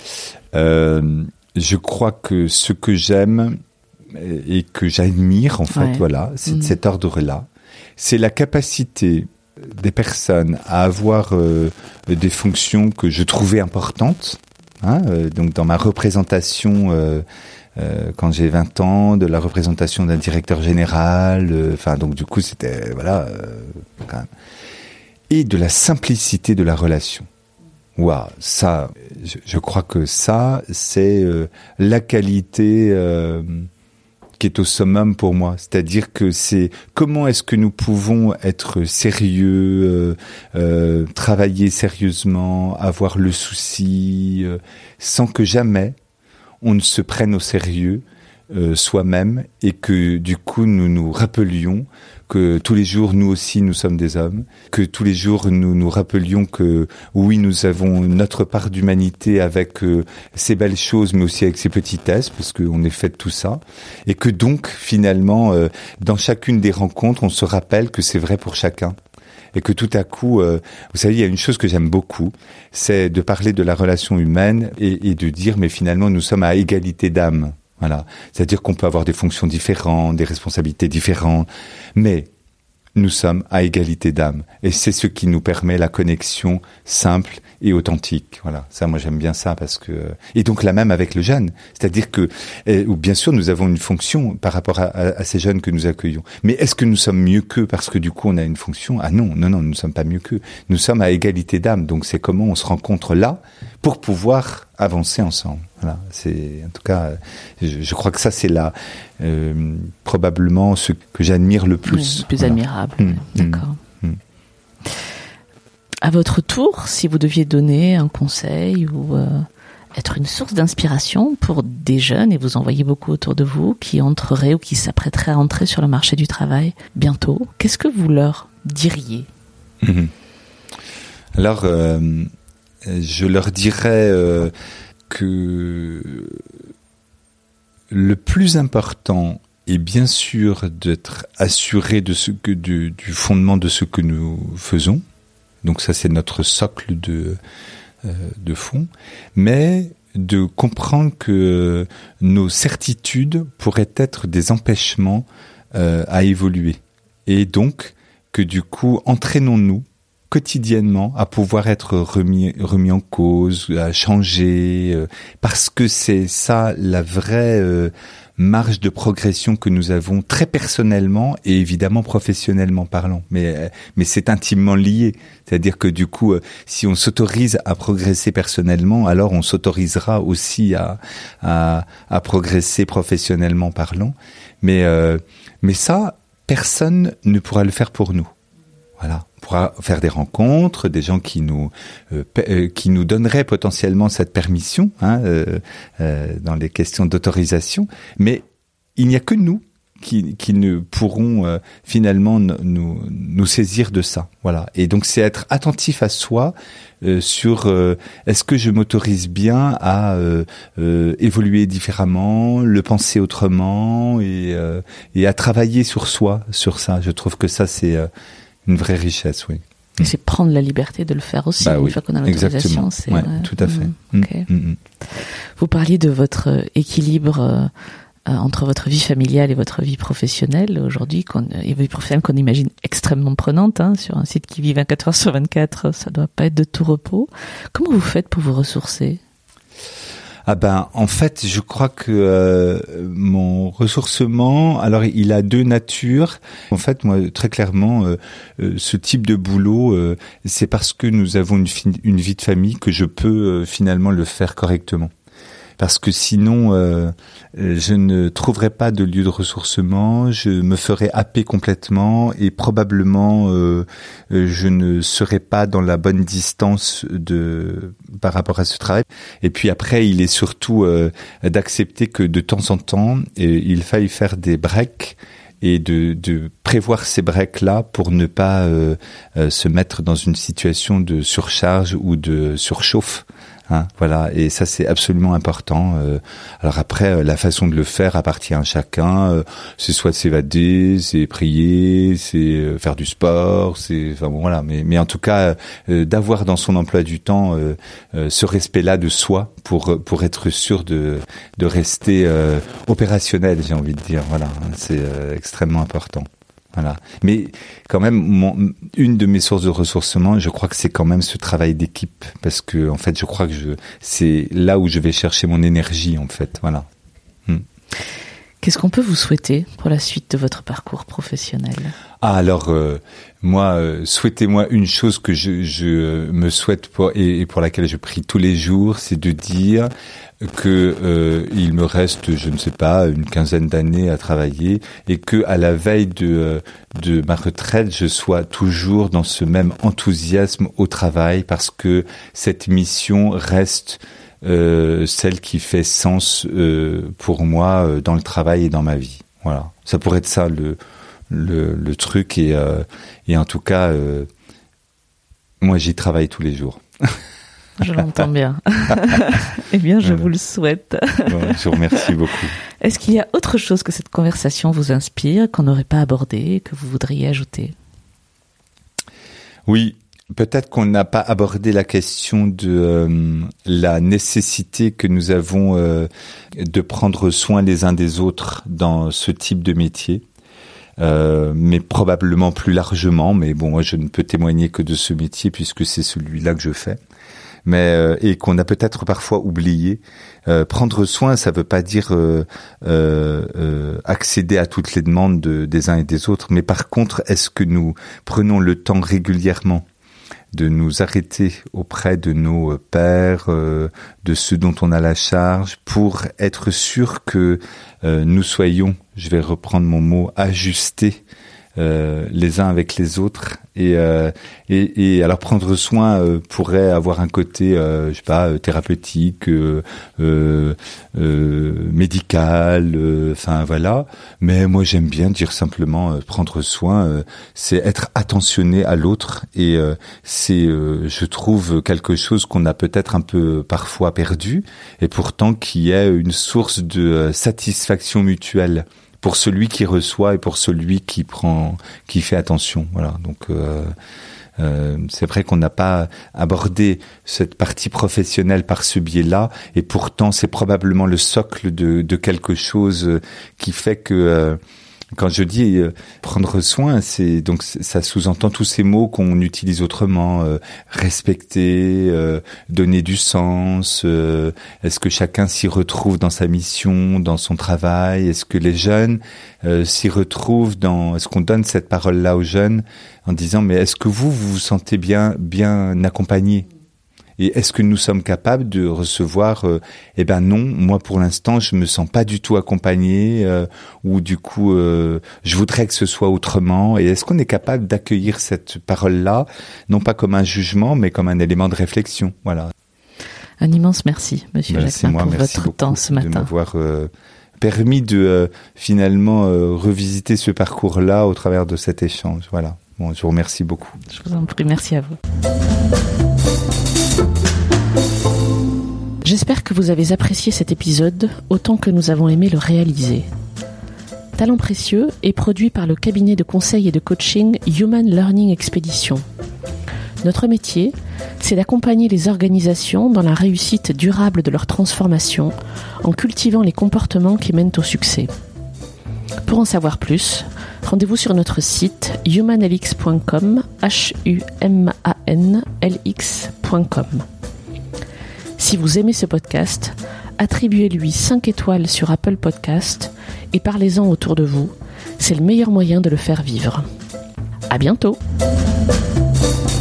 Euh, je crois que ce que j'aime et que j'admire, en fait, ouais. voilà, c'est mm-hmm. de cet ordre-là. C'est la capacité des personnes à avoir euh, des fonctions que je trouvais importantes, hein, euh, donc dans ma représentation euh, euh, quand j'ai vingt ans, de la représentation d'un directeur général, enfin euh, donc du coup c'était voilà euh, quand même, et de la simplicité de la relation. Waouh, ça, je, je crois que ça c'est euh, la qualité euh, qui est au summum pour moi, c'est-à-dire que c'est comment est-ce que nous pouvons être sérieux, euh, euh, travailler sérieusement, avoir le souci, euh, sans que jamais on ne se prenne au sérieux euh, soi-même, et que du coup nous nous rappelions que tous les jours nous aussi nous sommes des hommes, que tous les jours nous nous rappelions que oui nous avons notre part d'humanité avec euh, ces belles choses, mais aussi avec ces petitesses, parce qu'on est fait de tout ça, et que donc finalement euh, dans chacune des rencontres on se rappelle que c'est vrai pour chacun. Et que tout à coup, euh, vous savez, il y a une chose que j'aime beaucoup, c'est de parler de la relation humaine et, et de dire, mais finalement, nous sommes à égalité d'âme. Voilà. C'est-à-dire qu'on peut avoir des fonctions différentes, des responsabilités différentes, mais nous sommes à égalité d'âme. Et c'est ce qui nous permet la connexion simple et authentique. Voilà. Ça, moi, j'aime bien ça parce que, et donc, la même avec le jeune. C'est-à-dire que, eh, ou bien sûr, nous avons une fonction par rapport à, à, à ces jeunes que nous accueillons. Mais est-ce que nous sommes mieux qu'eux parce que du coup, on a une fonction? Ah non, non, non, nous ne sommes pas mieux qu'eux. Nous sommes à égalité d'âme. Donc, c'est comment on se rencontre là pour pouvoir avancer ensemble. Voilà. C'est, en tout cas, je, je crois que ça, c'est là, euh, probablement ce que j'admire le plus. Oui, le plus voilà. admirable. Mmh, D'accord. Mmh. À votre tour, si vous deviez donner un conseil ou euh, être une source d'inspiration pour des jeunes, et vous en voyez beaucoup autour de vous, qui entreraient ou qui s'apprêteraient à entrer sur le marché du travail bientôt, qu'est-ce que vous leur diriez? Mmh. Alors, euh, je leur dirais euh, que le plus important est bien sûr d'être assuré de ce que, du, du fondement de ce que nous faisons. Donc ça, c'est notre socle de, euh, de fond. Mais de comprendre que nos certitudes pourraient être des empêchements euh, à évoluer. Et donc, que du coup, entraînons-nous quotidiennement à pouvoir être remis, remis en cause, à changer, euh, parce que c'est ça la vraie euh, marge de progression que nous avons très personnellement et évidemment professionnellement parlant. Mais mais c'est intimement lié. C'est-à-dire que du coup, euh, si on s'autorise à progresser personnellement, alors on s'autorisera aussi à à, à progresser professionnellement parlant. Mais euh, mais ça, personne ne pourra le faire pour nous. Voilà, on pourra faire des rencontres, des gens qui nous euh, euh, qui nous donneraient potentiellement cette permission hein, euh, euh, dans les questions d'autorisation, mais il n'y a que nous qui qui ne pourront euh, finalement n- nous nous saisir de ça. Voilà, et donc c'est être attentif à soi euh, sur euh, est-ce que je m'autorise bien à euh, euh, évoluer différemment, le penser autrement et euh, et à travailler sur soi, sur ça. Je trouve que ça c'est euh, une vraie richesse, oui. Et c'est prendre la liberté de le faire aussi, bah une oui, fois qu'on a l'autorisation. exactement. C'est, ouais, euh, tout à fait. Mmh, okay. Mmh, mmh. Vous parliez de votre euh, équilibre euh, euh, entre votre vie familiale et votre vie professionnelle aujourd'hui, qu'on, et vie professionnelle qu'on imagine extrêmement prenante, hein, sur un site qui vit vingt-quatre heures sur vingt-quatre, ça doit pas être de tout repos. Comment vous faites pour vous ressourcer ? Ah ben, en fait, je crois que euh, mon ressourcement, alors il a deux natures. En fait, moi, très clairement, euh, euh, ce type de boulot, euh, c'est parce que nous avons une, fi- une vie de famille que je peux euh, finalement le faire correctement. Parce que sinon, euh, je ne trouverais pas de lieu de ressourcement, je me ferais happer complètement et probablement euh, je ne serais pas dans la bonne distance de par rapport à ce travail. Et puis après, il est surtout euh, d'accepter que de temps en temps, il faille faire des breaks et de, de prévoir ces breaks-là pour ne pas euh, euh, se mettre dans une situation de surcharge ou de surchauffe. Hein, voilà, et ça c'est absolument important. Euh, alors après, euh, la façon de le faire appartient à chacun. Euh, c'est soit de s'évader, c'est prier, c'est euh, faire du sport, c'est, enfin bon voilà. Mais, mais en tout cas, euh, d'avoir dans son emploi du temps euh, euh, ce respect-là de soi pour pour être sûr de de rester euh, opérationnel, j'ai envie de dire. Voilà, hein, c'est euh, extrêmement important. Voilà. Mais quand même, mon, une de mes sources de ressourcement, je crois que c'est quand même ce travail d'équipe, parce que en fait, je crois que je, c'est là où je vais chercher mon énergie, en fait. Voilà. Hmm. Qu'est-ce qu'on peut vous souhaiter pour la suite de votre parcours professionnel ? Ah alors, euh, moi, euh, souhaitez-moi une chose que je, je me souhaite pour, et, et pour laquelle je prie tous les jours, c'est de dire que euh, il me reste, je ne sais pas, une quinzaine d'années à travailler et que à la veille de de ma retraite, je sois toujours dans ce même enthousiasme au travail parce que cette mission reste euh, celle qui fait sens euh, pour moi euh, dans le travail et dans ma vie. Voilà, ça pourrait être ça le le, le truc et euh, et en tout cas, euh, moi j'y travaille tous les jours. Je l'entends bien. Eh bien, je voilà. vous le souhaite. Bon, je vous remercie beaucoup. Est-ce qu'il y a autre chose que cette conversation vous inspire, qu'on n'aurait pas abordé, que vous voudriez ajouter ? Oui, peut-être qu'on n'a pas abordé la question de euh, la nécessité que nous avons euh, de prendre soin les uns des autres dans ce type de métier. Euh, mais probablement plus largement. Mais bon, moi, je ne peux témoigner que de ce métier puisque c'est celui-là que je fais. Mais euh, et qu'on a peut-être parfois oublié. Euh, prendre soin, ça veut pas dire euh, euh, euh, accéder à toutes les demandes de, des uns et des autres. Mais par contre, est-ce que nous prenons le temps régulièrement de nous arrêter auprès de nos pairs, euh, de ceux dont on a la charge, pour être sûr que euh, nous soyons, je vais reprendre mon mot, ajustés euh, les uns avec les autres. Et, euh, et, et alors prendre soin euh, pourrait avoir un côté, euh, je sais pas, euh, thérapeutique, euh, euh, euh, médical, enfin euh, voilà. Mais moi j'aime bien dire simplement euh, prendre soin, euh, c'est être attentionné à l'autre et euh, c'est, euh, je trouve, quelque chose qu'on a peut-être un peu parfois perdu et pourtant qui est une source de euh, satisfaction mutuelle. Pour celui qui reçoit et pour celui qui prend, qui fait attention. Voilà. Donc, euh, euh, c'est vrai qu'on n'a pas abordé cette partie professionnelle par ce biais-là, et pourtant, c'est probablement le socle de, de quelque chose qui fait que. Euh, Quand je dis euh, prendre soin, c'est donc ça sous-entend tous ces mots qu'on utilise autrement, euh, respecter, euh, donner du sens. Euh, est-ce que chacun s'y retrouve dans sa mission, dans son travail ? Est-ce que les jeunes euh, s'y retrouvent dans ? Est-ce qu'on donne cette parole-là aux jeunes en disant mais est-ce que vous vous vous sentez bien bien accompagné ? Et est-ce que nous sommes capables de recevoir euh, eh ben non, moi pour l'instant je me sens pas du tout accompagné euh, ou du coup euh, je voudrais que ce soit autrement. Et est-ce qu'on est capable d'accueillir cette parole-là, non pas comme un jugement, mais comme un élément de réflexion. Voilà. Un immense merci, Monsieur Ben, Jacquemin, moi, pour merci votre temps ce matin. De m'avoir euh, permis de euh, finalement euh, revisiter ce parcours-là au travers de cet échange. Voilà. Bon, je vous remercie beaucoup. Je vous en prie, merci à vous. J'espère que vous avez apprécié cet épisode autant que nous avons aimé le réaliser. Talent précieux est produit par le cabinet de conseil et de coaching Human Learning Expedition. Notre métier, c'est d'accompagner les organisations dans la réussite durable de leur transformation en cultivant les comportements qui mènent au succès. Pour en savoir plus, rendez-vous sur notre site humanlx point com, H U M A N L X point com. Si vous aimez ce podcast, attribuez-lui cinq étoiles sur Apple Podcast et parlez-en autour de vous. C'est le meilleur moyen de le faire vivre. À bientôt!